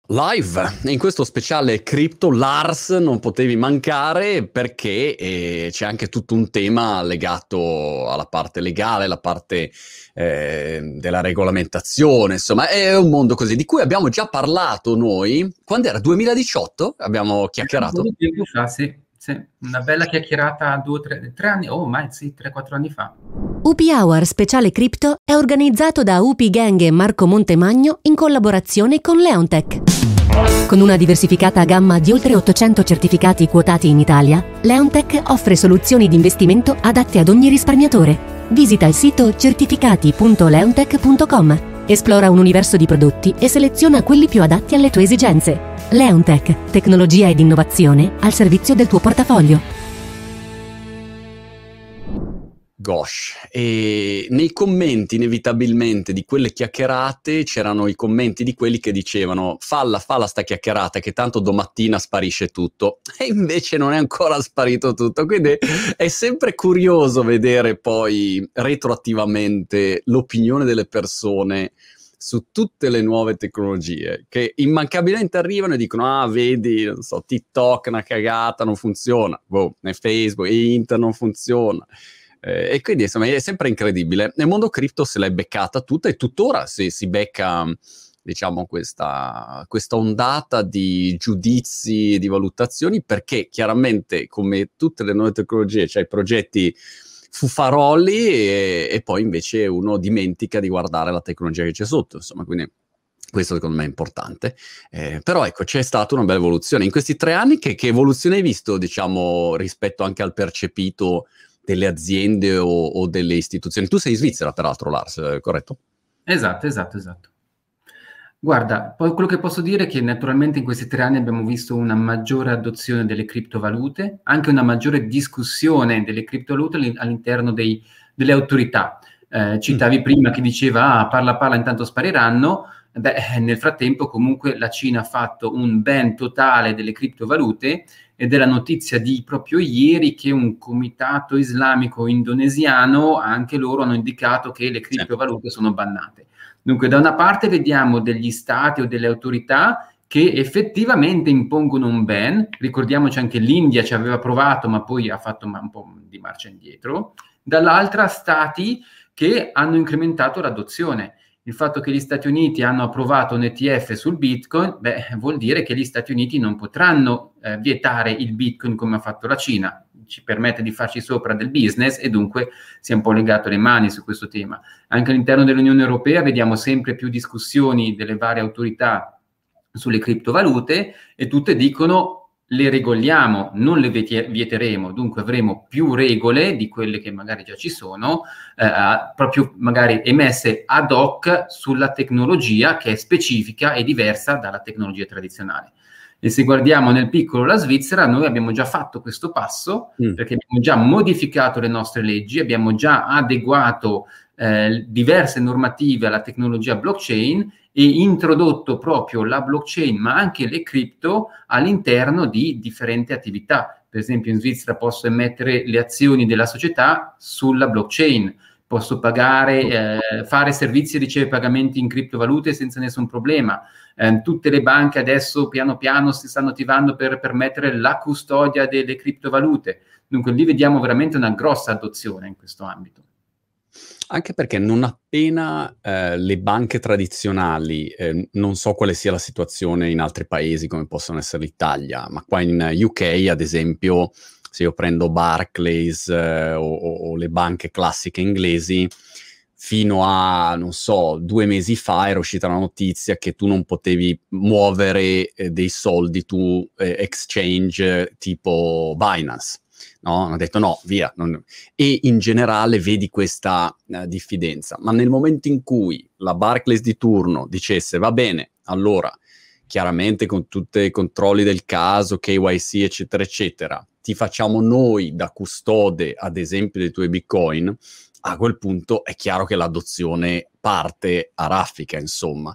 Live, in questo speciale Crypto Lars non potevi mancare perché c'è anche tutto un tema legato alla parte legale, la parte della regolamentazione, insomma è un mondo così di cui abbiamo già parlato noi, quando era 2018? Abbiamo Un po' chiacchierato? di tempo fa, sì, sì. Una bella chiacchierata 2 o 3 anni, oh, ormai sì, 3-4 anni fa. UP Hour Speciale Crypto è organizzato da UP Gang e Marco Montemagno in collaborazione con Leontech. Con una diversificata gamma di oltre 800 certificati quotati in Italia, Leontech offre soluzioni di investimento adatte ad ogni risparmiatore. Visita il sito certificati.leontech.com, esplora un universo di prodotti e seleziona quelli più adatti alle tue esigenze. Leontech, tecnologia ed innovazione al servizio del tuo portafoglio. Gosh, e nei commenti inevitabilmente di quelle chiacchierate c'erano i commenti di quelli che dicevano falla sta chiacchierata che tanto domattina sparisce tutto, e invece non è ancora sparito tutto, quindi è sempre curioso vedere poi retroattivamente l'opinione delle persone su tutte le nuove tecnologie che immancabilmente arrivano e dicono vedi, non so, TikTok una cagata, non funziona, né Facebook, internet non funziona. E quindi insomma è sempre incredibile. Nel mondo cripto se l'è beccata tutta e tuttora si becca, diciamo, questa ondata di giudizi e di valutazioni, perché chiaramente come tutte le nuove tecnologie c'hai progetti fufarolli e poi invece uno dimentica di guardare la tecnologia che c'è sotto, insomma, quindi questo secondo me è importante. Però ecco, c'è stata una bella evoluzione in questi 3 anni. Che evoluzione hai visto, diciamo, rispetto anche al percepito delle aziende o delle istituzioni? Tu sei in Svizzera, peraltro, Lars, corretto? Esatto. Guarda, poi quello che posso dire è che naturalmente in questi 3 anni abbiamo visto una maggiore adozione delle criptovalute, anche una maggiore discussione delle criptovalute all'interno delle autorità. Citavi prima chi diceva parla, intanto spariranno. Nel frattempo comunque la Cina ha fatto un ban totale delle criptovalute, ed è la notizia di proprio ieri che un comitato islamico indonesiano, anche loro hanno indicato che le criptovalute sono bannate. Dunque, da una parte vediamo degli stati o delle autorità che effettivamente impongono un ban. Ricordiamoci anche l'India ci aveva provato, ma poi ha fatto un po' di marcia indietro. Dall'altra, stati che hanno incrementato l'adozione. Il fatto che gli Stati Uniti hanno approvato un ETF sul Bitcoin, vuol dire che gli Stati Uniti non potranno vietare il Bitcoin come ha fatto la Cina. Ci permette di farci sopra del business e dunque si è un po' legato le mani su questo tema. Anche all'interno dell'Unione Europea vediamo sempre più discussioni delle varie autorità sulle criptovalute e tutte dicono le regoliamo, non le vieteremo, dunque avremo più regole di quelle che magari già ci sono, proprio magari emesse ad hoc sulla tecnologia che è specifica e diversa dalla tecnologia tradizionale. E se guardiamo nel piccolo la Svizzera, noi abbiamo già fatto questo passo, perché abbiamo già modificato le nostre leggi, abbiamo già adeguato diverse normative alla tecnologia blockchain e introdotto proprio la blockchain, ma anche le cripto all'interno di differenti attività. Per esempio in Svizzera posso emettere le azioni della società sulla blockchain, posso pagare, fare servizi e ricevere pagamenti in criptovalute senza nessun problema. Tutte le banche adesso piano piano si stanno attivando per permettere la custodia delle criptovalute. Dunque lì vediamo veramente una grossa adozione in questo ambito. Anche perché non appena le banche tradizionali, non so quale sia la situazione in altri paesi come possono essere l'Italia, ma qua in UK ad esempio, se io prendo Barclays o le banche classiche inglesi, fino a, non so, 2 mesi fa era uscita la notizia che tu non potevi muovere dei soldi tu exchange tipo Binance. No? Hanno detto no, via. E in generale vedi questa diffidenza. Ma nel momento in cui la Barclays di turno dicesse va bene, allora, chiaramente con tutti i controlli del caso, KYC, eccetera, eccetera, ti facciamo noi da custode, ad esempio, dei tuoi Bitcoin, a quel punto è chiaro che l'adozione parte a raffica, insomma.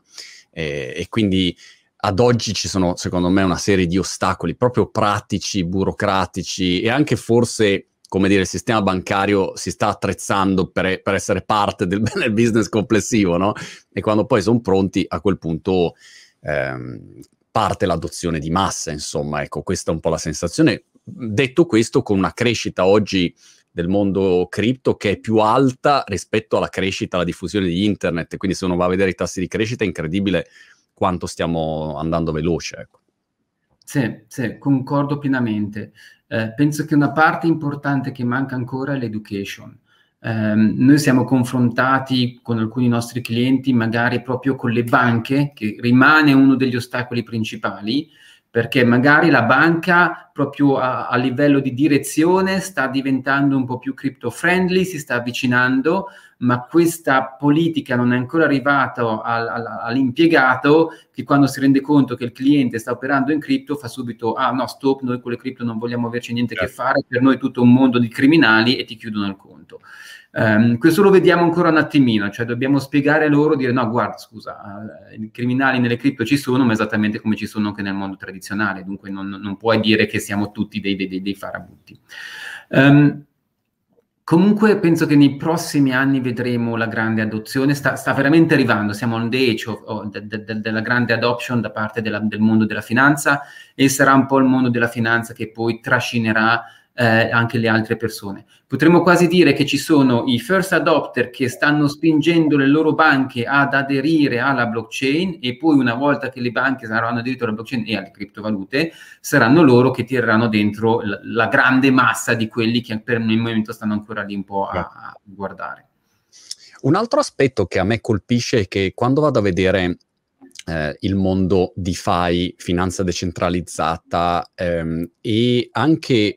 E quindi ad oggi ci sono, secondo me, una serie di ostacoli proprio pratici, burocratici e anche forse, come dire, il sistema bancario si sta attrezzando per essere parte del business complessivo, no? E quando poi sono pronti, a quel punto parte l'adozione di massa, insomma, ecco, questa è un po' la sensazione. Detto questo, con una crescita oggi del mondo cripto che è più alta rispetto alla crescita, alla diffusione di internet, quindi se uno va a vedere i tassi di crescita è incredibile quanto stiamo andando veloce, ecco. Sì, concordo pienamente. Penso che una parte importante che manca ancora è l'education. Noi siamo confrontati con alcuni nostri clienti, magari proprio con le banche, che rimane uno degli ostacoli principali, perché magari la banca proprio a livello di direzione sta diventando un po' più crypto friendly, si sta avvicinando, ma questa politica non è ancora arrivata all'impiegato, che quando si rende conto che il cliente sta operando in cripto fa subito, no, stop, noi con le cripto non vogliamo averci niente a che fare, per noi è tutto un mondo di criminali, e ti chiudono il conto. Questo lo vediamo ancora un attimino, cioè dobbiamo spiegare loro, dire no, guarda, scusa, i criminali nelle cripto ci sono, ma esattamente come ci sono anche nel mondo tradizionale, dunque non puoi dire che siamo tutti dei farabutti. Comunque penso che nei prossimi anni vedremo la grande adozione, sta veramente arrivando, siamo on the edge della grande adoption da parte del mondo della finanza, e sarà un po' il mondo della finanza che poi trascinerà anche le altre persone. Potremmo quasi dire che ci sono i first adopter che stanno spingendo le loro banche ad aderire alla blockchain, e poi una volta che le banche saranno aderite alla blockchain e alle criptovalute, saranno loro che tireranno dentro la grande massa di quelli che per il momento stanno ancora lì un po' a guardare. Un altro aspetto che a me colpisce è che quando vado a vedere il mondo DeFi, finanza decentralizzata, e anche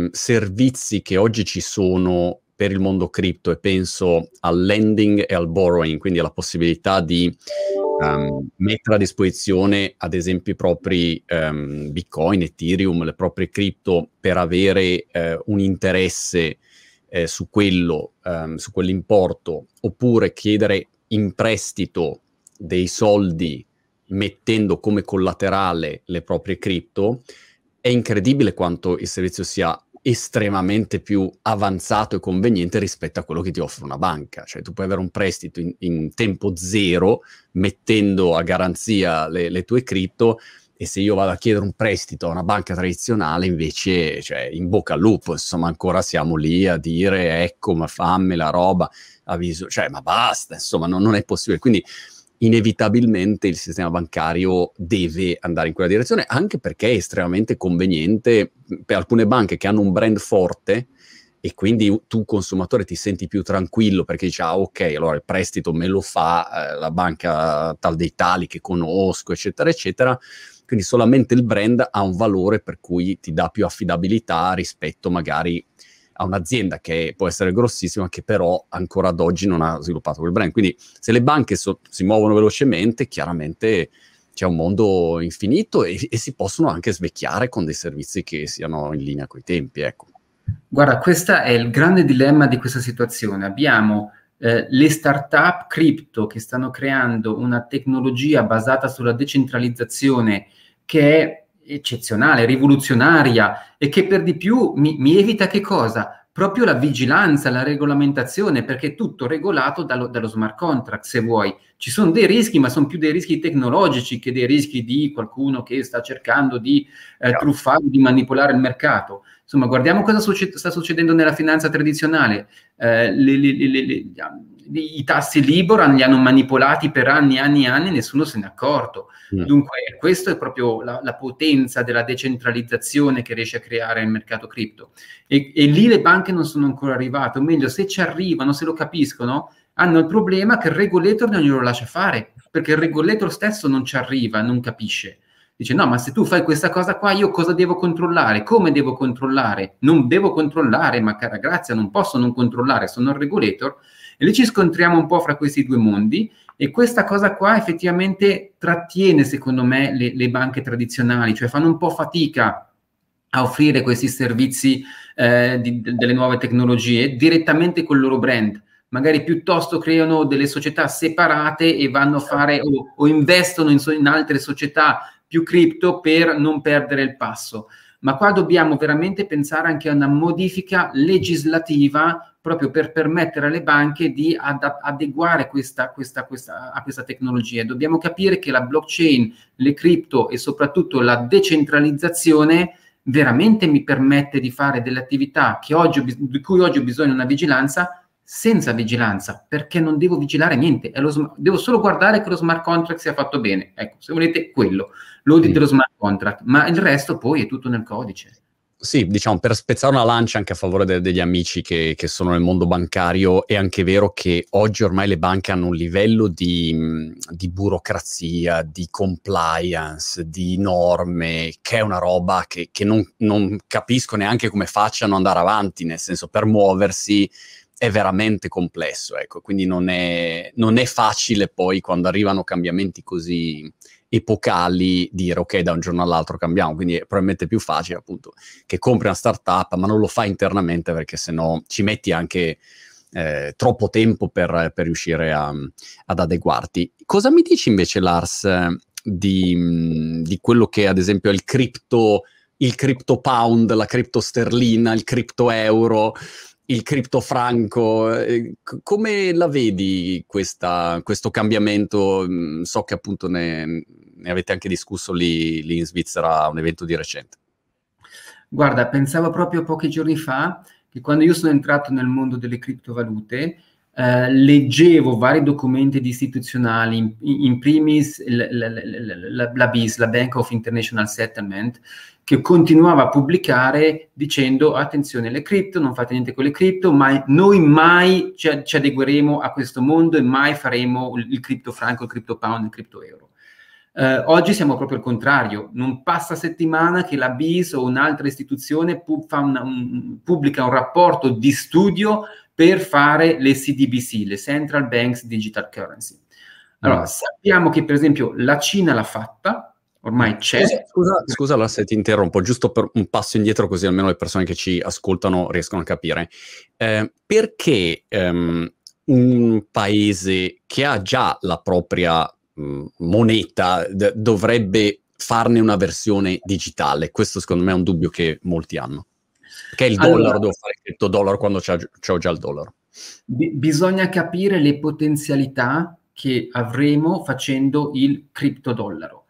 servizi che oggi ci sono per il mondo cripto, e penso al lending e al borrowing, quindi alla possibilità di mettere a disposizione ad esempio i propri Bitcoin, Ethereum, le proprie cripto per avere un interesse su quello, su quell'importo, oppure chiedere in prestito dei soldi mettendo come collaterale le proprie cripto. È incredibile quanto il servizio sia estremamente più avanzato e conveniente rispetto a quello che ti offre una banca. Cioè tu puoi avere un prestito in tempo zero mettendo a garanzia le tue cripto, e se io vado a chiedere un prestito a una banca tradizionale invece, cioè, in bocca al lupo, insomma, ancora siamo lì a dire ecco, ma fammi la roba, avviso, cioè ma basta, insomma, non è possibile. Quindi inevitabilmente il sistema bancario deve andare in quella direzione, anche perché è estremamente conveniente per alcune banche che hanno un brand forte, e quindi tu consumatore ti senti più tranquillo perché dici ok, allora il prestito me lo fa la banca tal dei tali che conosco, eccetera eccetera. Quindi solamente il brand ha un valore per cui ti dà più affidabilità rispetto magari a un'azienda che può essere grossissima, che però ancora ad oggi non ha sviluppato quel brand. Quindi se le banche si muovono velocemente, chiaramente c'è un mondo infinito, e si possono anche svecchiare con dei servizi che siano in linea coi tempi, ecco. Guarda, questo è il grande dilemma di questa situazione. Abbiamo le start-up cripto che stanno creando una tecnologia basata sulla decentralizzazione che è eccezionale, rivoluzionaria, e che per di più mi evita che cosa? Proprio la vigilanza, la regolamentazione, perché è tutto regolato dallo smart contract, se vuoi. Ci sono dei rischi, ma sono più dei rischi tecnologici che dei rischi di qualcuno che sta cercando di truffare, di manipolare il mercato. Insomma, guardiamo cosa sta succedendo nella finanza tradizionale. I tassi Libor li hanno manipolati per anni e anni e anni, nessuno se n'è accorto. Dunque questo è proprio la potenza della decentralizzazione che riesce a creare il mercato cripto, e lì le banche non sono ancora arrivate, o meglio, se ci arrivano, se lo capiscono, hanno il problema che il regulator non glielo lascia fare, perché il regulator stesso non ci arriva, non capisce. Dice no, ma se tu fai questa cosa qua, io cosa devo controllare? Come devo controllare? Non devo controllare, ma cara grazia, non posso non controllare, sono il regulator. E lì ci scontriamo un po' fra questi due mondi, e questa cosa qua effettivamente trattiene, secondo me, le banche tradizionali, cioè fanno un po' fatica a offrire questi servizi delle nuove tecnologie direttamente col loro brand. Magari piuttosto creano delle società separate e vanno a fare o investono in altre società più cripto per non perdere il passo. ma qua dobbiamo veramente pensare anche a una modifica legislativa proprio per permettere alle banche di adeguare a questa tecnologia. Dobbiamo capire che la blockchain, le cripto e soprattutto la decentralizzazione veramente mi permette di fare delle attività di cui oggi ho bisogno di una vigilanza senza vigilanza, perché non devo vigilare niente, devo solo guardare che lo smart contract sia fatto bene. Ecco, se volete quello, l'audit dello smart contract, ma il resto poi è tutto nel codice. Sì, diciamo, per spezzare una lancia anche a favore degli amici che sono nel mondo bancario, è anche vero che oggi ormai le banche hanno un livello di burocrazia, di compliance, di norme, che è una roba che non capisco neanche come facciano ad andare avanti, nel senso, per muoversi è veramente complesso, ecco. Quindi non è facile poi, quando arrivano cambiamenti così epocali, dire ok, da un giorno all'altro cambiamo. Quindi è probabilmente più facile appunto che compri una startup, ma non lo fai internamente, perché sennò ci metti anche troppo tempo per riuscire ad adeguarti. Cosa mi dici invece, Lars, di quello che ad esempio è il cripto pound, la cripto sterlina, il cripto euro, il criptofranco? Come la vedi questo cambiamento? So che appunto ne avete anche discusso lì in Svizzera a un evento di recente. Guarda, pensavo proprio pochi giorni fa che quando io sono entrato nel mondo delle criptovalute, leggevo vari documenti istituzionali, in primis la BIS, la Bank of International Settlement, che continuava a pubblicare dicendo attenzione, le cripto, non fate niente con le cripto, ma noi mai ci adegueremo a questo mondo e mai faremo il criptofranco, il criptopound, il cripto euro. Oggi siamo proprio al contrario, non passa settimana che la BIS o un'altra istituzione pubblica un rapporto di studio per fare le CDBC, le Central Banks Digital Currency. Allora, sappiamo che per esempio la Cina l'ha fatta, ormai c'è. Scusa allora se ti interrompo, giusto per un passo indietro, così almeno le persone che ci ascoltano riescono a capire. Perché un paese che ha già la propria moneta dovrebbe farne una versione digitale? Questo secondo me è un dubbio che molti hanno. Perché il dollaro, devo fare il criptodollaro quando c'ho già il dollaro? Bisogna capire le potenzialità che avremo facendo il criptodollaro.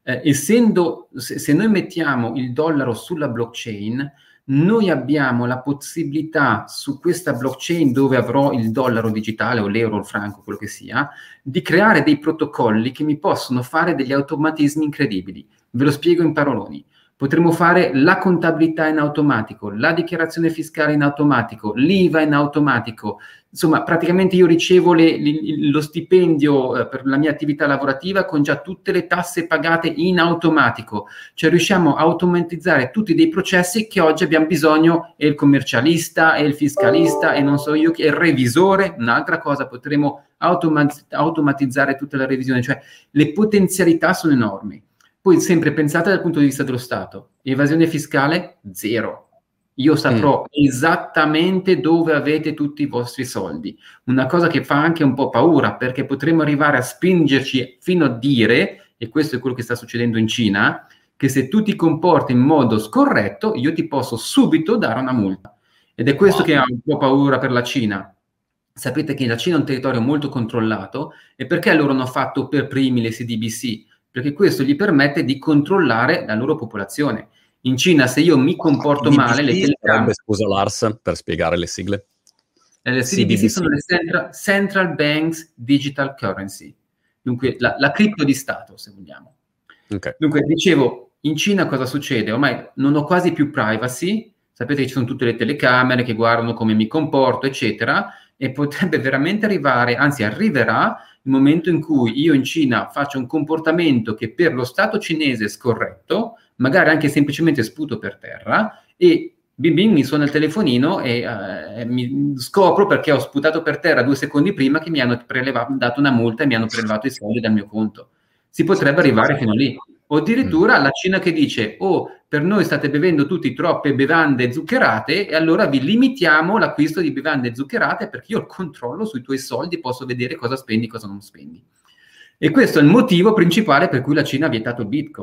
Essendo, se noi mettiamo il dollaro sulla blockchain, noi abbiamo la possibilità su questa blockchain, dove avrò il dollaro digitale o l'euro o il franco, quello che sia, di creare dei protocolli che mi possono fare degli automatismi incredibili. Ve lo spiego in paroloni. Potremmo fare la contabilità in automatico, la dichiarazione fiscale in automatico, l'IVA in automatico. Insomma, praticamente io ricevo lo stipendio per la mia attività lavorativa con già tutte le tasse pagate in automatico. Cioè riusciamo a automatizzare tutti dei processi che oggi abbiamo bisogno, e il commercialista, e il fiscalista, e non so io chi, e il revisore. Un'altra cosa, potremo automatizzare tutta la revisione. Cioè le potenzialità sono enormi. Poi sempre pensate dal punto di vista dello Stato. Evasione fiscale, zero. Io saprò esattamente dove avete tutti i vostri soldi. Una cosa che fa anche un po' paura, perché potremmo arrivare a spingerci fino a dire, e questo è quello che sta succedendo in Cina, che se tu ti comporti in modo scorretto, io ti posso subito dare una multa. Ed è questo che ha un po' paura per la Cina. Sapete che la Cina è un territorio molto controllato, e perché loro hanno fatto per primi le CDBC? Perché questo gli permette di controllare la loro popolazione. In Cina, se io mi comporto male, le telecamere... Scusa Lars, per spiegare le sigle. Le CDBC sono le Central Banks Digital Currency. Dunque, la cripto di Stato, se vogliamo. Okay. Dunque, dicevo, in Cina cosa succede? Ormai non ho quasi più privacy. Sapete che ci sono tutte le telecamere che guardano come mi comporto, eccetera. E potrebbe veramente arrivare, anzi arriverà, il momento in cui io in Cina faccio un comportamento che per lo Stato cinese è scorretto, magari anche semplicemente sputo per terra, e bim bim mi suona il telefonino e mi scopro, perché ho sputato per terra 2 secondi prima, che mi hanno dato una multa e mi hanno prelevato i soldi dal mio conto. Si potrebbe arrivare fino lì. O addirittura la Cina che dice: oh, per noi state bevendo tutti troppe bevande zuccherate, e allora vi limitiamo l'acquisto di bevande zuccherate, perché io ho il controllo sui tuoi soldi, posso vedere cosa spendi e cosa non spendi. E questo è il motivo principale per cui la Cina ha vietato il Bitcoin,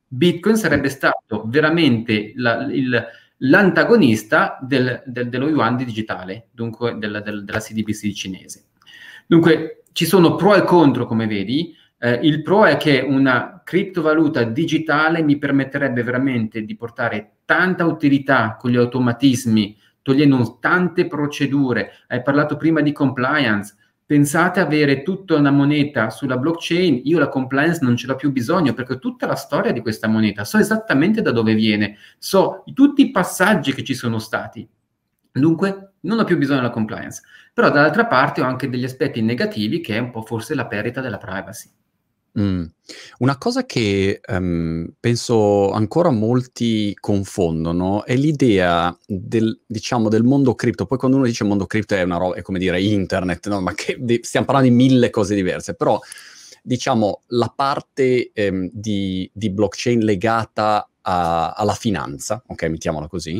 Bitcoin sarebbe stato veramente l'antagonista dello yuan digitale, dunque della CBDC cinese. Dunque ci sono pro e contro, come vedi. Il pro è che una criptovaluta digitale mi permetterebbe veramente di portare tanta utilità con gli automatismi, togliendo tante procedure. Hai parlato prima di compliance. Pensate avere tutta una moneta sulla blockchain, io la compliance non ce l'ho più bisogno, perché ho tutta la storia di questa moneta, so esattamente da dove viene, so tutti i passaggi che ci sono stati. Dunque non ho più bisogno della compliance. Però dall'altra parte ho anche degli aspetti negativi, che è un po' forse la perdita della privacy. Una cosa che penso ancora molti confondono è l'idea del mondo cripto. Poi quando uno dice mondo cripto è una roba, è come dire internet, no? Ma stiamo parlando di 1000 cose diverse, però diciamo la parte di blockchain legata alla finanza, ok, mettiamola così,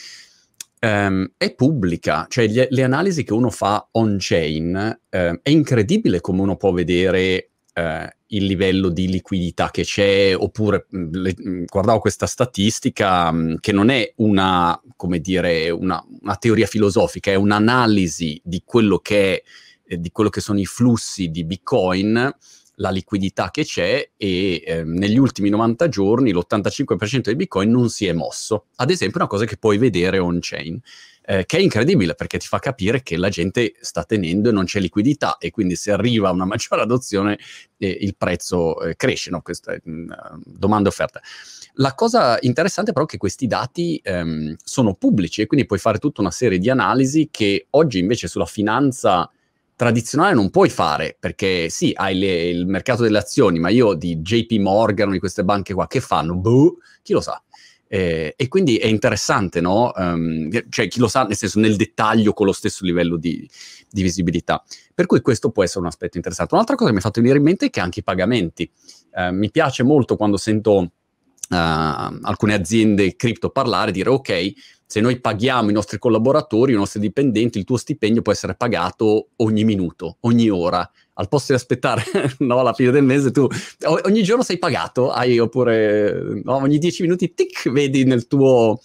è pubblica, cioè le analisi che uno fa on-chain, è incredibile come uno può vedere il livello di liquidità che c'è, oppure guardavo questa statistica che non è una teoria filosofica, è un'analisi di quello che sono i flussi di Bitcoin, la liquidità che c'è, e negli ultimi 90 giorni l'85% di Bitcoin non si è mosso. Ad esempio, una cosa che puoi vedere on-chain, che è incredibile perché ti fa capire che la gente sta tenendo e non c'è liquidità, e quindi se arriva una maggiore adozione il prezzo cresce, no? Questa è domanda e offerta. La cosa interessante però è che questi dati sono pubblici, e quindi puoi fare tutta una serie di analisi che oggi invece sulla finanza tradizionale non puoi fare, perché sì, hai il mercato delle azioni, ma io di JP Morgan o di queste banche qua, che fanno? Boh, chi lo sa? E quindi è interessante, no? Cioè, chi lo sa, nel senso, nel dettaglio, con lo stesso livello di visibilità. Per cui questo può essere un aspetto interessante. Un'altra cosa che mi ha fatto venire in mente è che anche i pagamenti. Mi piace molto quando sento alcune aziende cripto parlare, dire ok, se noi paghiamo i nostri collaboratori, i nostri dipendenti, il tuo stipendio può essere pagato ogni minuto, ogni ora. Al posto di aspettare no, alla fine del mese, tu ogni giorno sei pagato, oppure no, ogni 10 minuti tic, vedi nel tuo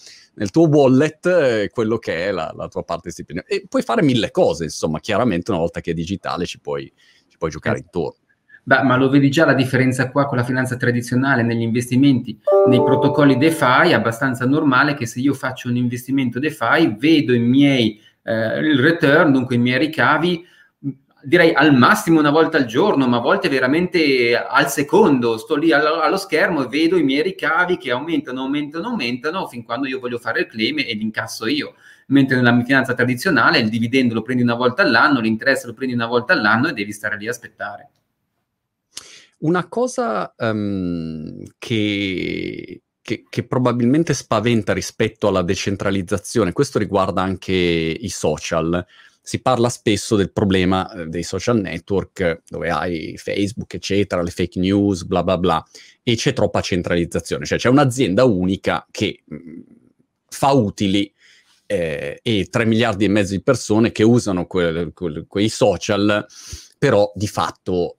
wallet quello che è la tua parte di stipendio. E puoi fare 1000 cose, insomma, chiaramente una volta che è digitale ci puoi giocare intorno. Beh, ma lo vedi già la differenza qua con la finanza tradizionale negli investimenti, nei protocolli DeFi. È abbastanza normale che se io faccio un investimento DeFi vedo il return, dunque i miei ricavi, direi al massimo una volta al giorno, ma a volte veramente al secondo. Sto lì allo schermo e vedo i miei ricavi che aumentano fin quando io voglio fare il claim e l'incasso io. Mentre nella finanza tradizionale il dividendo lo prendi una volta all'anno, l'interesse lo prendi una volta all'anno e devi stare lì a aspettare. Una cosa che probabilmente spaventa rispetto alla decentralizzazione, questo riguarda anche i social. Si parla spesso del problema dei social network, dove hai Facebook, eccetera, le fake news, bla bla bla, e c'è troppa centralizzazione. Cioè c'è un'azienda unica che fa utili e 3 miliardi e mezzo di persone che usano quei social, però di fatto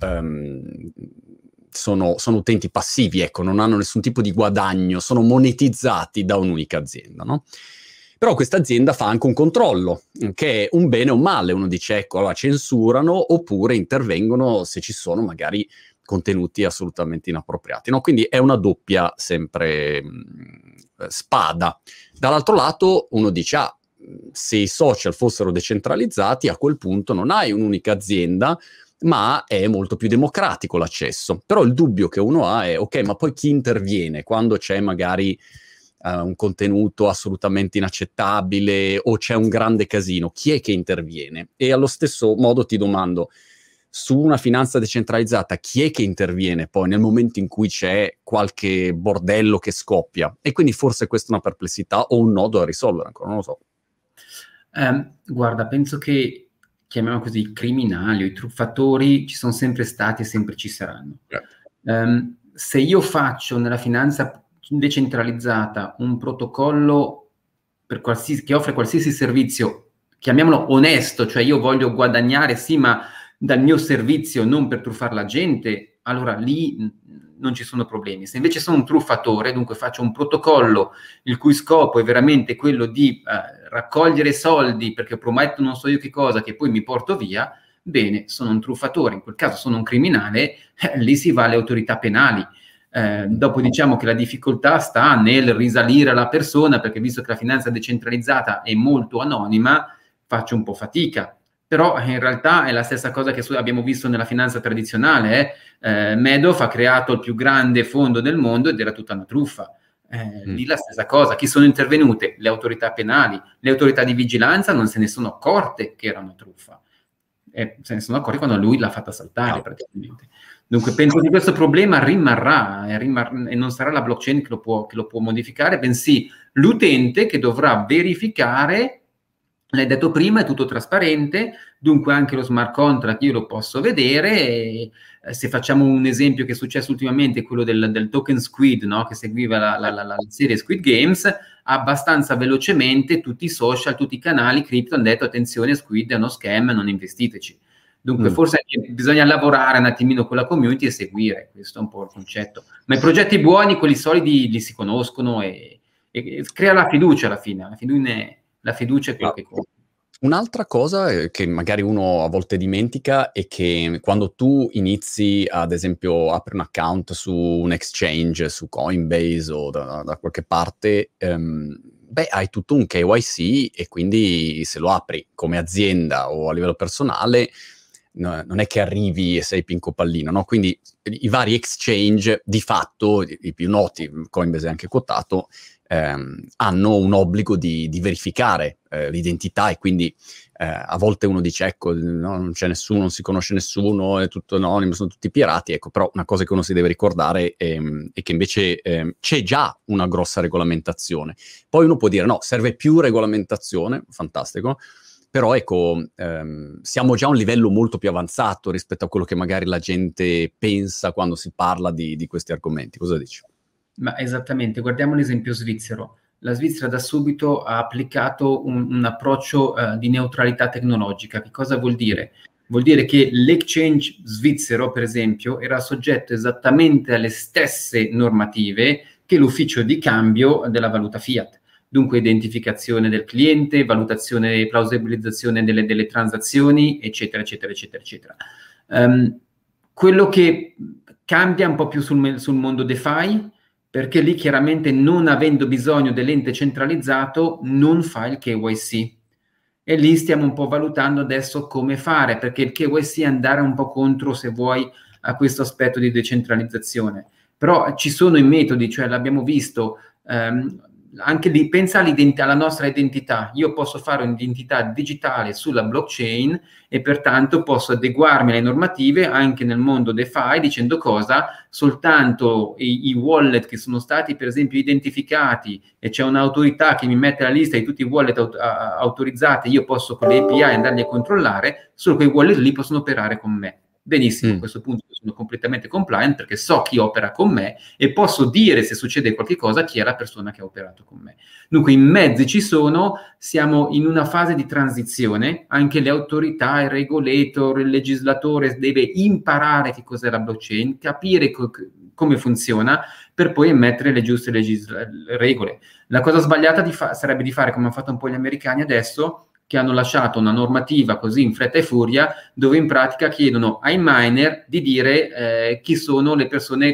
sono utenti passivi, ecco, non hanno nessun tipo di guadagno, sono monetizzati da un'unica azienda, no? Però questa azienda fa anche un controllo, che è un bene o un male. Uno dice, ecco, allora censurano, oppure intervengono se ci sono magari contenuti assolutamente inappropriati, no? Quindi è una doppia sempre spada. Dall'altro lato uno dice, se i social fossero decentralizzati, a quel punto non hai un'unica azienda, ma è molto più democratico l'accesso. Però il dubbio che uno ha è, ok, ma poi chi interviene quando c'è magari un contenuto assolutamente inaccettabile o c'è un grande casino? Chi è che interviene? E allo stesso modo ti domando, su una finanza decentralizzata, chi è che interviene poi nel momento in cui c'è qualche bordello che scoppia? E quindi forse questa è una perplessità o un nodo da risolvere ancora, non lo so. Guarda, penso che, chiamiamo così, i criminali o i truffatori ci sono sempre stati e sempre ci saranno. Se io faccio nella finanza decentralizzata un protocollo che offre qualsiasi servizio, chiamiamolo onesto, cioè io voglio guadagnare sì, ma dal mio servizio, non per truffare la gente, allora lì non ci sono problemi. Se invece sono un truffatore, dunque faccio un protocollo il cui scopo è veramente quello di raccogliere soldi perché prometto non so io che cosa, che poi mi porto via, bene, sono un truffatore, in quel caso sono un criminale, lì si va alle autorità penali. Dopo diciamo che la difficoltà sta nel risalire alla persona, perché visto che la finanza decentralizzata è molto anonima, faccio un po' fatica. Però in realtà è la stessa cosa che abbiamo visto nella finanza tradizionale. Madoff ha creato il più grande fondo del mondo ed era tutta una truffa. Lì la stessa cosa. Chi sono intervenute? Le autorità penali. Le autorità di vigilanza non se ne sono accorte che era una truffa. Se ne sono accorti quando lui l'ha fatta saltare praticamente. Dunque penso che questo problema rimarrà e non sarà la blockchain che lo può modificare, bensì l'utente che dovrà verificare. L'hai detto prima, è tutto trasparente, dunque anche lo smart contract io lo posso vedere. E se facciamo un esempio che è successo ultimamente, quello del token Squid, no? Che seguiva la serie Squid Games, abbastanza velocemente tutti i social, tutti i canali cripto hanno detto attenzione, Squid è uno scam, non investiteci. Dunque forse bisogna lavorare un attimino con la community e seguire, questo è un po' il concetto. Ma i progetti buoni, quelli solidi, li si conoscono e crea la fiducia alla fine, la fiducia è quello che conta. Un'altra cosa che magari uno a volte dimentica è che quando tu inizi, ad esempio, apri un account su un exchange, su Coinbase o da qualche parte, hai tutto un KYC e quindi se lo apri come azienda o a livello personale, non è che arrivi e sei Pinco Pallino, no? Quindi i vari exchange, di fatto, i più noti, Coinbase è anche quotato, hanno un obbligo di verificare l'identità e quindi a volte uno dice ecco no, non c'è nessuno, non si conosce nessuno, è tutto anonimo, sono tutti pirati, ecco, però una cosa che uno si deve ricordare è che invece c'è già una grossa regolamentazione. Poi uno può dire no, serve più regolamentazione, fantastico, però ecco siamo già a un livello molto più avanzato rispetto a quello che magari la gente pensa quando si parla di questi argomenti. Cosa dici? Ma esattamente, guardiamo l'esempio svizzero. La Svizzera da subito ha applicato un approccio di neutralità tecnologica. Che cosa vuol dire? Vuol dire che l'exchange svizzero, per esempio, era soggetto esattamente alle stesse normative che l'ufficio di cambio della valuta fiat. Dunque identificazione del cliente, valutazione e plausibilizzazione delle transazioni, eccetera, eccetera, eccetera, eccetera. Quello che cambia un po' più sul mondo DeFi, perché lì chiaramente non avendo bisogno dell'ente centralizzato non fa il KYC e lì stiamo un po' valutando adesso come fare, perché il KYC è andare un po' contro, se vuoi, a questo aspetto di decentralizzazione, però ci sono i metodi, cioè l'abbiamo visto, anche lì pensa alla nostra identità. Io posso fare un'identità digitale sulla blockchain e pertanto posso adeguarmi alle normative anche nel mondo DeFi, dicendo cosa? Soltanto i wallet che sono stati per esempio identificati e c'è un'autorità che mi mette la lista di tutti i wallet autorizzati, io posso con le API andarli a controllare, solo quei wallet lì possono operare con me. Benissimo, a questo punto sono completamente compliant perché so chi opera con me e posso dire, se succede qualche cosa, chi è la persona che ha operato con me. Dunque i mezzi ci sono, siamo in una fase di transizione, anche le autorità, il regulator, il legislatore deve imparare che cos'è la blockchain, capire come funziona per poi emettere le giuste regole. La cosa sbagliata sarebbe di fare come hanno fatto un po' gli americani adesso, che hanno lasciato una normativa così in fretta e furia, dove in pratica chiedono ai miner di dire chi sono le persone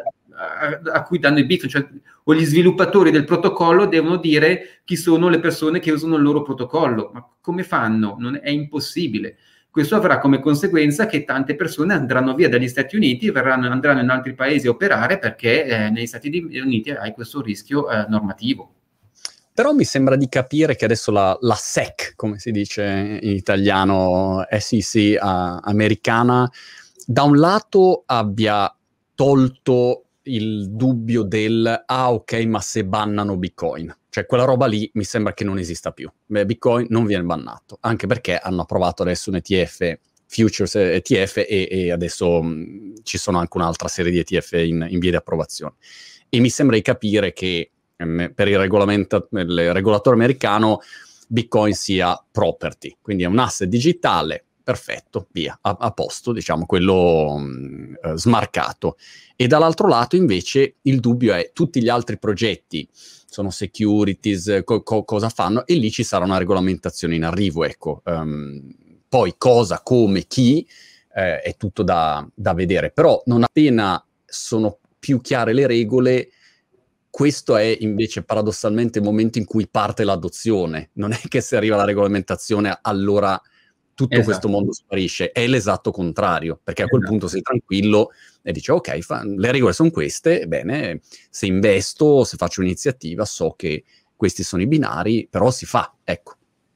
a cui danno i bitcoin, cioè, o gli sviluppatori del protocollo devono dire chi sono le persone che usano il loro protocollo. Ma come fanno? È impossibile. Questo avrà come conseguenza che tante persone andranno via dagli Stati Uniti, andranno in altri paesi a operare perché negli Stati Uniti hai questo rischio normativo. Però mi sembra di capire che adesso la SEC, come si dice in italiano, SEC americana, da un lato abbia tolto il dubbio del ok, ma se bannano Bitcoin, cioè quella roba lì mi sembra che non esista più. Bitcoin non viene bannato, anche perché hanno approvato adesso un ETF, Futures ETF, e adesso ci sono anche un'altra serie di ETF in via di approvazione. E mi sembra di capire che per il regolatore americano Bitcoin sia property, quindi è un asset digitale, perfetto, via, a posto, diciamo, quello smarcato. E dall'altro lato invece il dubbio è tutti gli altri progetti, sono securities, cosa fanno, e lì ci sarà una regolamentazione in arrivo, ecco. Poi cosa, come, chi, è tutto da vedere, però non appena sono più chiare le regole, questo è invece paradossalmente il momento in cui parte l'adozione. Non è che se arriva la regolamentazione allora tutto questo mondo sparisce, è l'esatto contrario, perché a quel punto sei tranquillo e dici ok, le regole sono queste, bene, se investo, se faccio un'iniziativa, so che questi sono i binari, però si fa, ecco.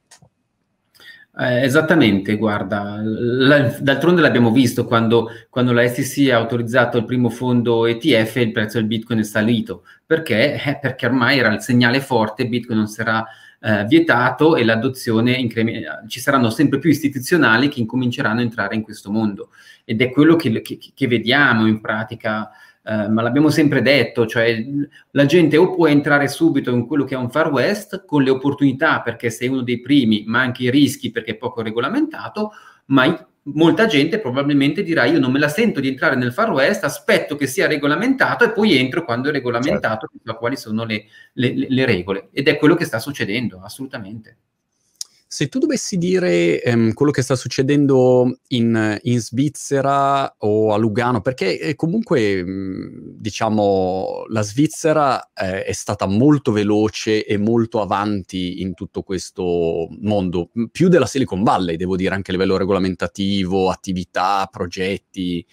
Esattamente, guarda, d'altronde l'abbiamo visto quando la SEC ha autorizzato il primo fondo ETF, il prezzo del Bitcoin è salito. Perché? Perché ormai era il segnale forte, Bitcoin non sarà vietato e l'adozione ci saranno sempre più istituzionali che incominceranno a entrare in questo mondo. Ed è quello che vediamo in pratica. Ma l'abbiamo sempre detto, cioè la gente o può entrare subito in quello che è un Far West con le opportunità perché sei uno dei primi, ma anche i rischi perché è poco regolamentato, ma molta gente probabilmente dirà io non me la sento di entrare nel Far West, aspetto che sia regolamentato e poi entro quando è regolamentato, certo, quali sono le regole. Ed è quello che sta succedendo, assolutamente. Se tu dovessi dire quello che sta succedendo in Svizzera o a Lugano, perché comunque diciamo la Svizzera è stata molto veloce e molto avanti in tutto questo mondo, più della Silicon Valley, devo dire, anche a livello regolamentativo, attività, progetti.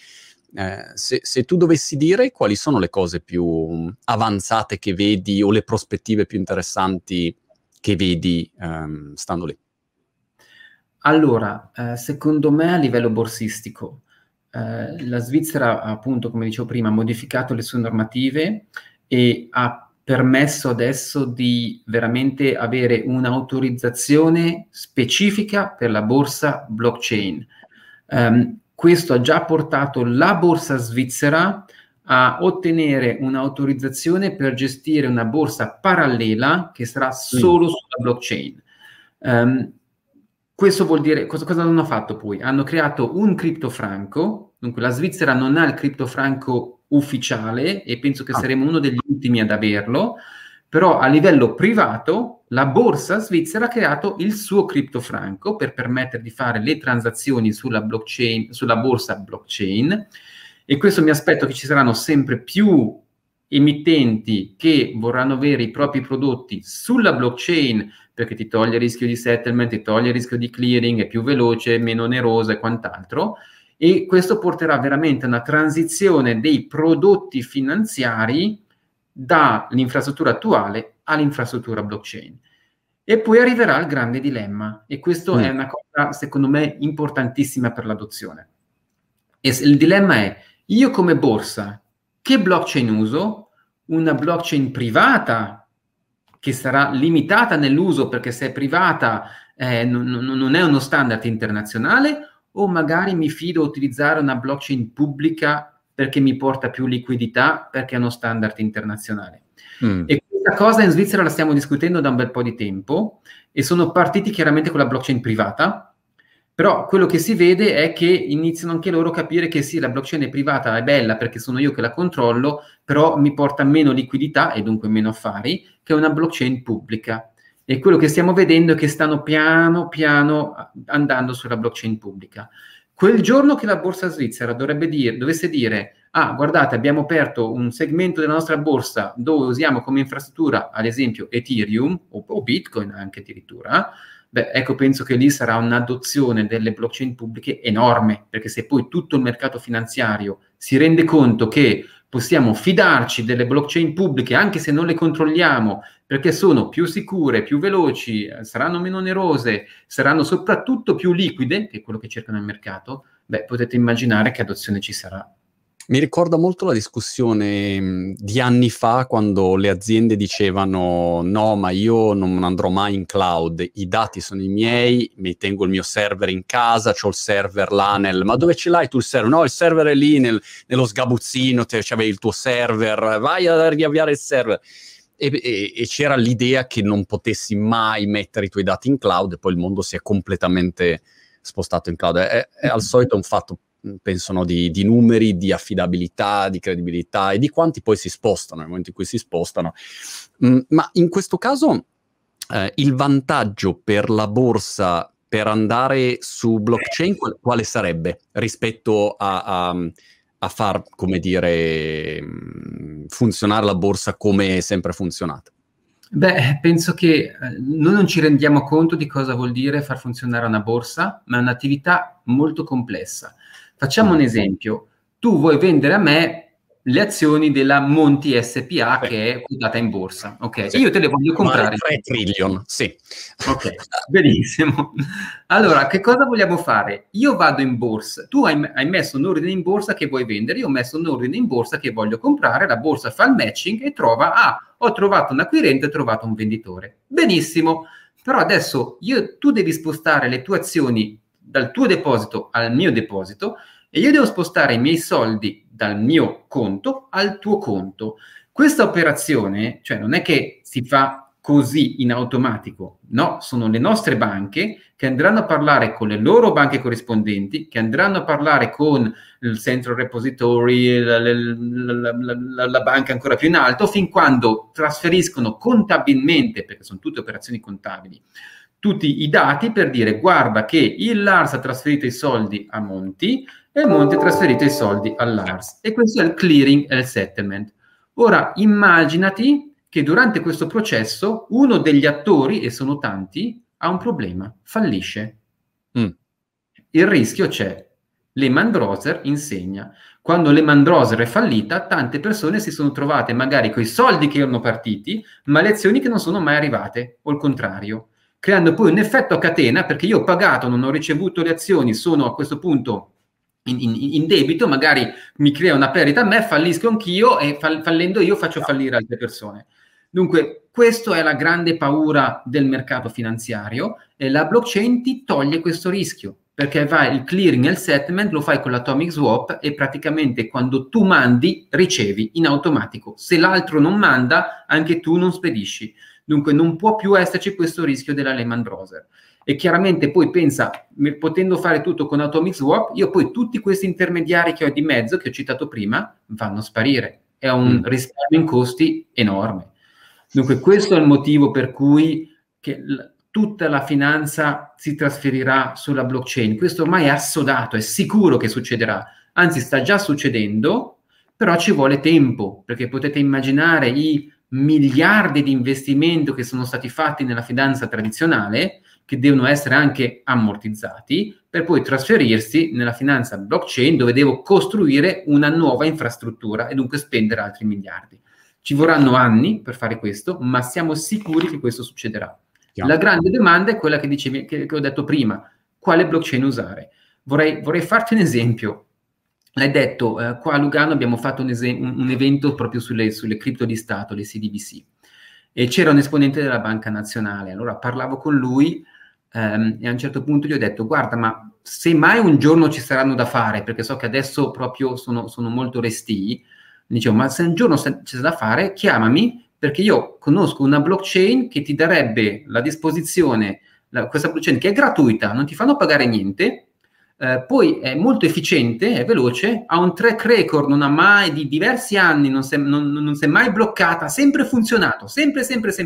Se tu dovessi dire quali sono le cose più avanzate che vedi o le prospettive più interessanti che vedi stando lì? Allora, secondo me a livello borsistico, la Svizzera, appunto, come dicevo prima, ha modificato le sue normative e ha permesso adesso di veramente avere un'autorizzazione specifica per la borsa blockchain. Questo ha già portato la borsa svizzera a ottenere un'autorizzazione per gestire una borsa parallela che sarà solo sulla blockchain. Questo vuol dire, cosa hanno fatto poi? Hanno creato un criptofranco, dunque la Svizzera non ha il criptofranco ufficiale e penso che saremo uno degli ultimi ad averlo, però a livello privato la borsa svizzera ha creato il suo criptofranco per permettere di fare le transazioni sulla blockchain, sulla borsa blockchain, e questo mi aspetto che ci saranno sempre più emittenti che vorranno avere i propri prodotti sulla blockchain perché ti toglie il rischio di settlement, ti toglie il rischio di clearing, è più veloce, meno onerosa e quant'altro, e questo porterà veramente a una transizione dei prodotti finanziari dall'infrastruttura attuale all'infrastruttura blockchain. E poi arriverà il grande dilemma, e questo è una cosa secondo me importantissima per l'adozione. E il dilemma è, io come borsa, che blockchain uso? Una blockchain privata che sarà limitata nell'uso perché se è privata non è uno standard internazionale, o magari mi fido a utilizzare una blockchain pubblica perché mi porta più liquidità perché è uno standard internazionale. E questa cosa in Svizzera la stiamo discutendo da un bel po' di tempo e sono partiti chiaramente con la blockchain privata. Però quello che si vede è che iniziano anche loro a capire che sì, la blockchain è privata, è bella perché sono io che la controllo, però mi porta meno liquidità e dunque meno affari che una blockchain pubblica. E quello che stiamo vedendo è che stanno piano piano andando sulla blockchain pubblica. Quel giorno che la borsa svizzera dovesse dire ah, guardate, abbiamo aperto un segmento della nostra borsa dove usiamo come infrastruttura, ad esempio, Ethereum o Bitcoin anche addirittura, beh, ecco, penso che lì sarà un'adozione delle blockchain pubbliche enorme, perché se poi tutto il mercato finanziario si rende conto che possiamo fidarci delle blockchain pubbliche anche se non le controlliamo, perché sono più sicure, più veloci, saranno meno onerose, saranno soprattutto più liquide, che è quello che cercano il mercato, beh, potete immaginare che adozione ci sarà. Mi ricorda molto la discussione di anni fa quando le aziende dicevano no, ma io non andrò mai in cloud, i dati sono i miei, mi tengo il mio server in casa, c'ho il server là ma dove ce l'hai tu il server? No, il server è lì nello sgabuzzino, c'avevi il tuo server, vai a riavviare il server. E c'era l'idea che non potessi mai mettere i tuoi dati in cloud e poi il mondo si è completamente spostato in cloud. È al solito un fatto, penso, no, di numeri, di affidabilità, di credibilità e di quanti poi si spostano nel momento in cui si spostano. Ma in questo caso il vantaggio per la borsa per andare su blockchain quale sarebbe rispetto a far, come dire, funzionare la borsa come è sempre funzionata? Beh, penso che noi non ci rendiamo conto di cosa vuol dire far funzionare una borsa, ma è un'attività molto complessa. Facciamo un esempio. Tu vuoi vendere a me le azioni della Monti SPA che è quotata in borsa, ok? Sì. Io te le voglio comprare. 3 trillion, sì. Ok, benissimo. Allora, che cosa vogliamo fare? Io vado in borsa, tu hai messo un ordine in borsa che vuoi vendere, io ho messo un ordine in borsa che voglio comprare, la borsa fa il matching e trova, ho trovato un acquirente, ho trovato un venditore. Benissimo, però adesso tu devi spostare le tue azioni dal tuo deposito al mio deposito e io devo spostare i miei soldi dal mio conto al tuo conto. Questa operazione, cioè non è che si fa così in automatico, no, sono le nostre banche che andranno a parlare con le loro banche corrispondenti, che andranno a parlare con il Central Repository, la banca ancora più in alto, fin quando trasferiscono contabilmente, perché sono tutte operazioni contabili, tutti i dati per dire guarda che il Lars ha trasferito i soldi a Monti e Monti ha trasferito i soldi al Lars. E questo è il clearing e il settlement. Ora, immaginati che durante questo processo uno degli attori, e sono tanti, ha un problema, fallisce. Il rischio c'è. Lehman Brothers insegna. Quando Lehman Brothers è fallita, tante persone si sono trovate magari con i soldi che erano partiti, ma le azioni che non sono mai arrivate, o il contrario, creando poi un effetto a catena, perché io ho pagato, non ho ricevuto le azioni, sono a questo punto in debito, magari mi crea una perdita a me, fallisco anch'io e fallendo io faccio fallire altre persone. Dunque, questa è la grande paura del mercato finanziario e la blockchain ti toglie questo rischio, perché il clearing e il settlement lo fai con l'atomic swap e praticamente quando tu mandi ricevi in automatico. Se l'altro non manda, anche tu non spedisci. Dunque non può più esserci questo rischio della Lehman Brothers. E chiaramente poi pensa, potendo fare tutto con Atomic Swap, io poi tutti questi intermediari che ho di mezzo, che ho citato prima, vanno a sparire. È un risparmio in costi enorme. Dunque questo è il motivo per cui tutta la finanza si trasferirà sulla blockchain. Questo ormai è assodato, è sicuro che succederà. Anzi, sta già succedendo, però ci vuole tempo, perché potete immaginare i miliardi di investimenti che sono stati fatti nella finanza tradizionale, che devono essere anche ammortizzati, per poi trasferirsi nella finanza blockchain, dove devo costruire una nuova infrastruttura e dunque spendere altri miliardi. Ci vorranno anni per fare questo, ma siamo sicuri che questo succederà. La grande domanda è quella che dicevi, che ho detto prima: quale blockchain usare? Vorrei farti un esempio. L'hai detto, qua a Lugano abbiamo fatto un evento proprio sulle cripto di Stato, le CDBC, e c'era un esponente della Banca Nazionale. Allora parlavo con lui e a un certo punto gli ho detto: guarda, ma se mai un giorno ci saranno da fare, perché so che adesso proprio sono molto restii, dicevo, ma se un giorno c'è da fare, chiamami, perché io conosco una blockchain che ti darebbe la disposizione, questa blockchain che è gratuita, non ti fanno pagare niente, poi è molto efficiente, è veloce, ha un track record, non ha mai, di diversi anni, non si è mai bloccata, ha sempre funzionato, sempre,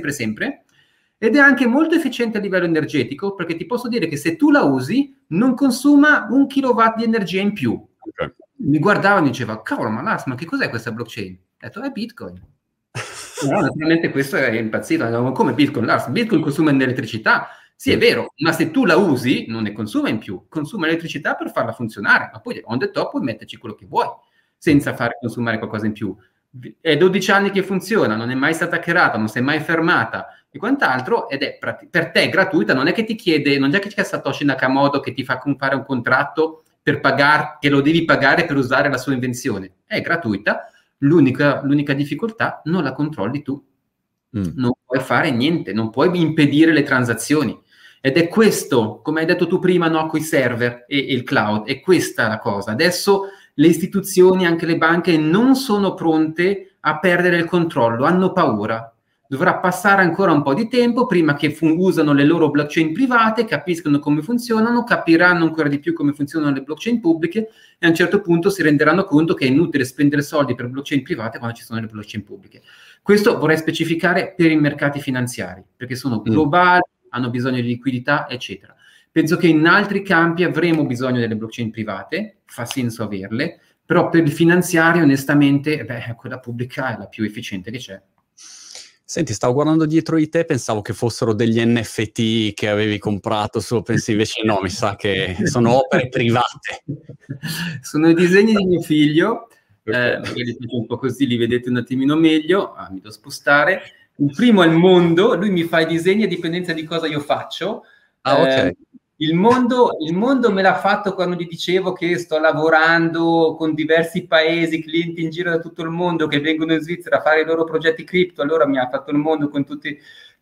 ed è anche molto efficiente a livello energetico, perché ti posso dire che se tu la usi non consuma 1 kilowatt di energia in più. Okay. Mi guardava e mi diceva: cavolo, ma Lars, ma che cos'è questa blockchain? Ho detto: è Bitcoin. No, naturalmente questo è impazzito. Come Bitcoin, Lars? Bitcoin consuma elettricità. Sì, è vero, ma se tu la usi non ne consuma in più, consuma elettricità per farla funzionare, ma poi on the top puoi metterci quello che vuoi, senza fare consumare qualcosa in più. È 12 anni che funziona, non è mai stata hackerata, non si è mai fermata e quant'altro, ed è per te gratuita, non è che ti chiede, non è che c'è Satoshi Nakamoto che ti fa fare un contratto per pagare, che lo devi pagare per usare la sua invenzione. È gratuita, l'unica difficoltà non la controlli tu. Non puoi fare niente, non puoi impedire le transazioni. Ed è questo, come hai detto tu prima, no, con i server e il cloud, è questa la cosa. Adesso le istituzioni, anche le banche, non sono pronte a perdere il controllo, hanno paura. dovrà passare ancora un po' di tempo prima che usano le loro blockchain private, capiscono come funzionano, capiranno ancora di più come funzionano le blockchain pubbliche e a un certo punto si renderanno conto che è inutile spendere soldi per blockchain private quando ci sono le blockchain pubbliche. Questo vorrei specificare per i mercati finanziari, perché sono globali, hanno bisogno di liquidità, eccetera. Penso che in altri campi avremo bisogno delle blockchain private, fa senso averle, però per il finanziario, onestamente, quella pubblica è la più efficiente che c'è. Senti, stavo guardando dietro di te, pensavo che fossero degli NFT che avevi comprato, pensi invece no, mi sa che sono opere private. Sono i disegni di mio figlio, magari un po' così li vedete un attimino meglio, mi devo spostare. Il primo è il mondo, lui mi fa i disegni a dipendenza di cosa io faccio. Ok. Il mondo me l'ha fatto quando gli dicevo che sto lavorando con diversi paesi, clienti in giro da tutto il mondo che vengono in Svizzera a fare i loro progetti cripto, allora mi ha fatto il mondo con tutte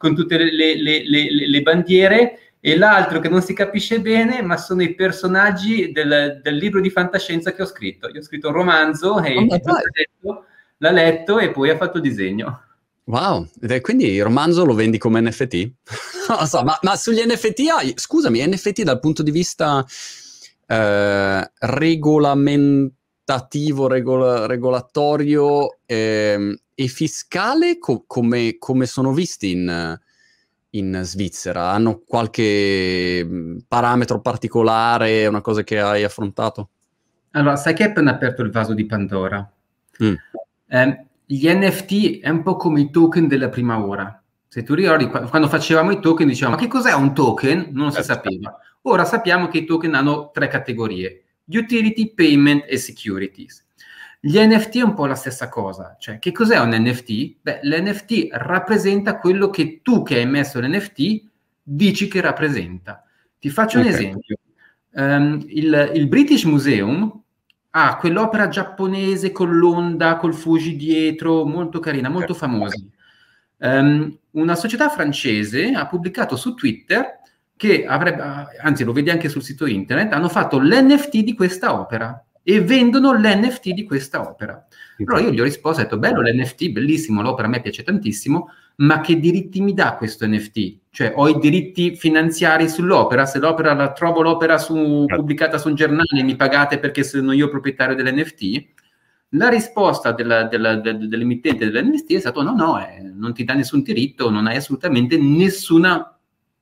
le bandiere. E l'altro che non si capisce bene, ma sono i personaggi del libro di fantascienza che ho scritto. Io ho scritto un romanzo e l'ha letto e poi ha fatto il disegno. Wow, quindi il romanzo lo vendi come NFT? Non lo so, ma sugli NFT scusami, NFT dal punto di vista regolamentativo, regolatorio e fiscale, come sono visti in Svizzera? Hanno qualche parametro particolare, una cosa che hai affrontato? Allora, sai che hai appena aperto il vaso di Pandora? Gli NFT è un po' come i token della prima ora. Se tu ricordi, quando facevamo i token dicevamo, ma che cos'è un token? Non si sapeva. Ora sappiamo che i token hanno 3 categorie: utility, payment e securities. Gli NFT è un po' la stessa cosa. Cioè, che cos'è un NFT? Beh, l'NFT rappresenta quello che tu che hai messo l'NFT dici che rappresenta. Ti faccio un esempio. Il British Museum ha quell'opera giapponese con l'onda, col Fuji dietro, molto carina, molto famosa. Una società francese ha pubblicato su Twitter che anzi lo vedi anche sul sito internet, hanno fatto l'NFT di questa opera e vendono l'NFT di questa opera. Allora io gli ho risposto, ho detto, bello l'NFT, bellissimo, l'opera a me piace tantissimo, ma che diritti mi dà questo NFT? Cioè ho i diritti finanziari sull'opera, se trovo l'opera pubblicata su un giornale, mi pagate perché sono io proprietario dell'NFT? La risposta dell'emittente dell'NFT è stata no, non ti dà nessun diritto, non hai assolutamente nessuna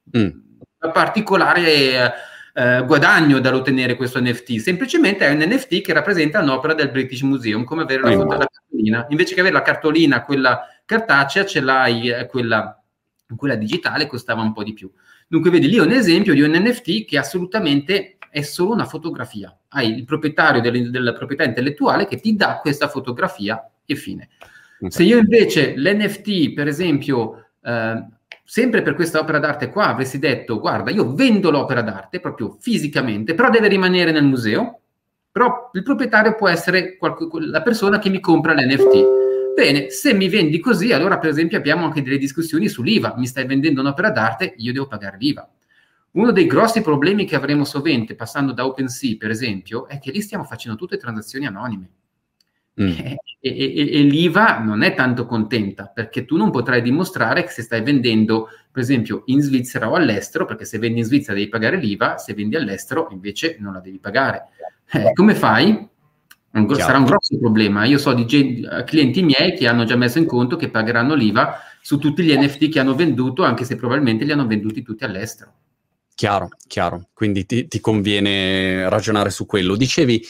particolare guadagno dall'ottenere questo NFT, semplicemente è un NFT che rappresenta un'opera del British Museum, come avere la foto della cartolina. Invece che avere la cartolina, quella cartacea, ce l'hai quella digitale, costava un po' di più. Dunque vedi lì un esempio di un NFT che assolutamente è solo una fotografia. Hai il proprietario della proprietà intellettuale che ti dà questa fotografia e fine. Se io invece l'NFT, per esempio, sempre per questa opera d'arte qua, avresti detto, guarda, io vendo l'opera d'arte proprio fisicamente, però deve rimanere nel museo, però il proprietario può essere la persona che mi compra l'NFT. Bene, se mi vendi così, allora per esempio abbiamo anche delle discussioni sull'IVA. Mi stai vendendo un'opera d'arte, io devo pagare l'IVA. Uno dei grossi problemi che avremo sovente passando da OpenSea, per esempio, è che lì stiamo facendo tutte transazioni anonime. E l'IVA non è tanto contenta, perché tu non potrai dimostrare che se stai vendendo, per esempio, in Svizzera o all'estero, perché se vendi in Svizzera devi pagare l'IVA, se vendi all'estero invece non la devi pagare. Come fai? Sarà un grosso problema. Io so di clienti miei che hanno già messo in conto che pagheranno l'IVA su tutti gli NFT che hanno venduto, anche se probabilmente li hanno venduti tutti all'estero. Chiaro. Quindi ti conviene ragionare su quello. Dicevi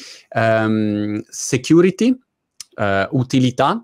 security, utilità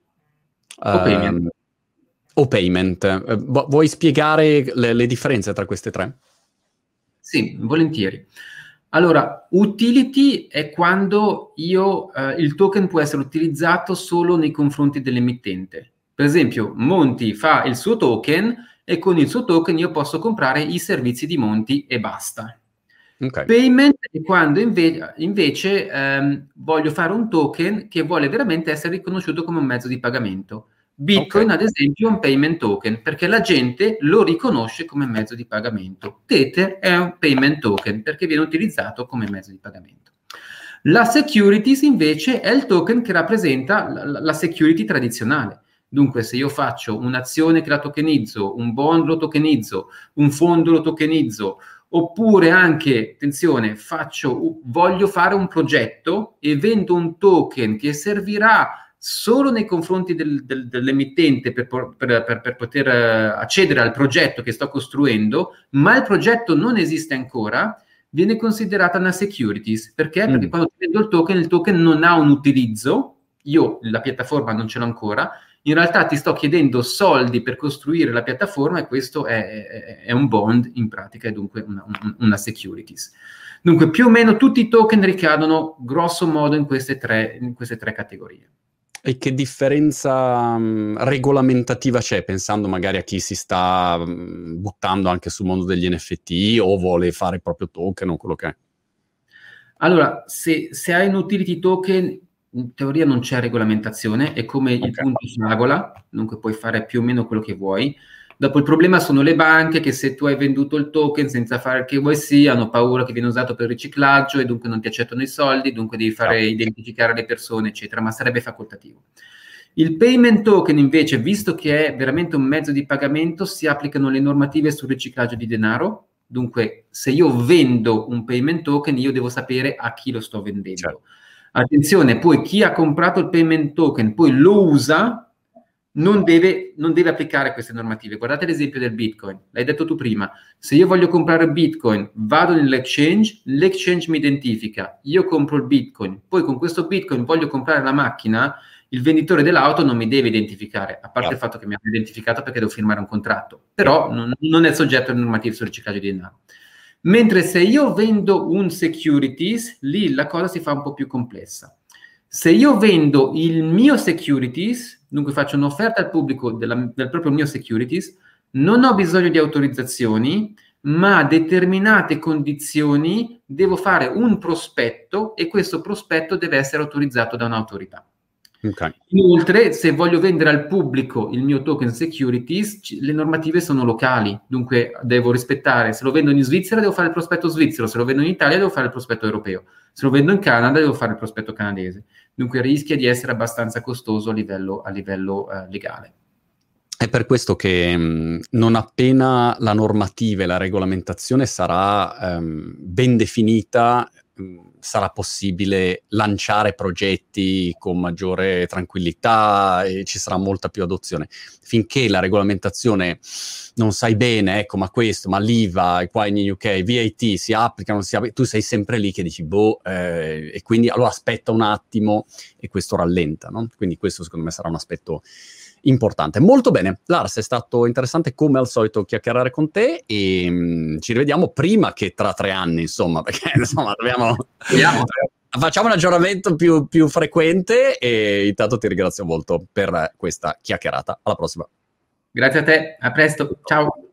o payment. Vuoi spiegare le differenze tra queste 3? Sì, volentieri. Allora, utility è quando il token può essere utilizzato solo nei confronti dell'emittente. Per esempio, Monty fa il suo token e con il suo token io posso comprare i servizi di Monty e basta. Payment è quando invece voglio fare un token che vuole veramente essere riconosciuto come un mezzo di pagamento. Bitcoin, ad esempio, è un payment token, perché la gente lo riconosce come mezzo di pagamento. Tether è un payment token, perché viene utilizzato come mezzo di pagamento. La securities, invece, è il token che rappresenta la security tradizionale. Dunque, se io faccio un'azione che la tokenizzo, un bond lo tokenizzo, un fondo lo tokenizzo, oppure anche, attenzione, voglio fare un progetto e vendo un token che servirà solo nei confronti dell'emittente per poter accedere al progetto che sto costruendo, ma il progetto non esiste ancora, viene considerata una securities. Perché? Perché quando vendo il token non ha un utilizzo, io la piattaforma non ce l'ho ancora, in realtà ti sto chiedendo soldi per costruire la piattaforma e questo è un bond in pratica, è dunque una securities. Dunque più o meno tutti i token ricadono grosso modo in queste tre categorie. E che differenza regolamentativa c'è, pensando magari a chi si sta buttando anche sul mondo degli NFT o vuole fare proprio token o quello che è? Allora, se hai un utility token, in teoria non c'è regolamentazione, è come il punto fragola, dunque puoi fare più o meno quello che vuoi. Dopo il problema sono le banche che se tu hai venduto il token senza fare il KYC hanno paura che viene usato per riciclaggio e dunque non ti accettano i soldi, dunque devi identificare le persone, eccetera, ma sarebbe facoltativo. Il payment token invece, visto che è veramente un mezzo di pagamento, si applicano le normative sul riciclaggio di denaro. Dunque, se io vendo un payment token, io devo sapere a chi lo sto vendendo. Certo. Attenzione, poi chi ha comprato il payment token, poi lo usa, non deve applicare queste normative. Guardate l'esempio del Bitcoin, l'hai detto tu prima. Se io voglio comprare Bitcoin, vado nell'exchange, l'exchange mi identifica, io compro il Bitcoin, poi con questo Bitcoin voglio comprare la macchina, il venditore dell'auto non mi deve identificare, a parte il fatto che mi abbia identificato perché devo firmare un contratto, però non è soggetto alle normative sul riciclaggio di denaro. Mentre se io vendo un securities, lì la cosa si fa un po' più complessa. Se io vendo il mio securities, dunque faccio un'offerta al pubblico del proprio mio securities, non ho bisogno di autorizzazioni, ma a determinate condizioni devo fare un prospetto e questo prospetto deve essere autorizzato da un'autorità. Okay. Inoltre, se voglio vendere al pubblico il mio token securities, le normative sono locali, dunque devo rispettare, se lo vendo in Svizzera devo fare il prospetto svizzero, se lo vendo in Italia devo fare il prospetto europeo, se lo vendo in Canada devo fare il prospetto canadese, dunque rischia di essere abbastanza costoso a livello legale. È per questo che non appena la normativa e la regolamentazione sarà ben definita, sarà possibile lanciare progetti con maggiore tranquillità e ci sarà molta più adozione. Finché la regolamentazione non sai bene, ecco, ma questo, ma l'IVA, qua in UK, VAT si applicano, tu sei sempre lì che dici, e quindi allora aspetta un attimo e questo rallenta, no? Quindi questo secondo me sarà un aspetto importante. Molto bene, Lars, è stato interessante come al solito chiacchierare con te e ci rivediamo prima che tra 3 anni, insomma, perché insomma facciamo un aggiornamento più frequente e intanto ti ringrazio molto per questa chiacchierata. Alla prossima. Grazie a te, a presto, ciao.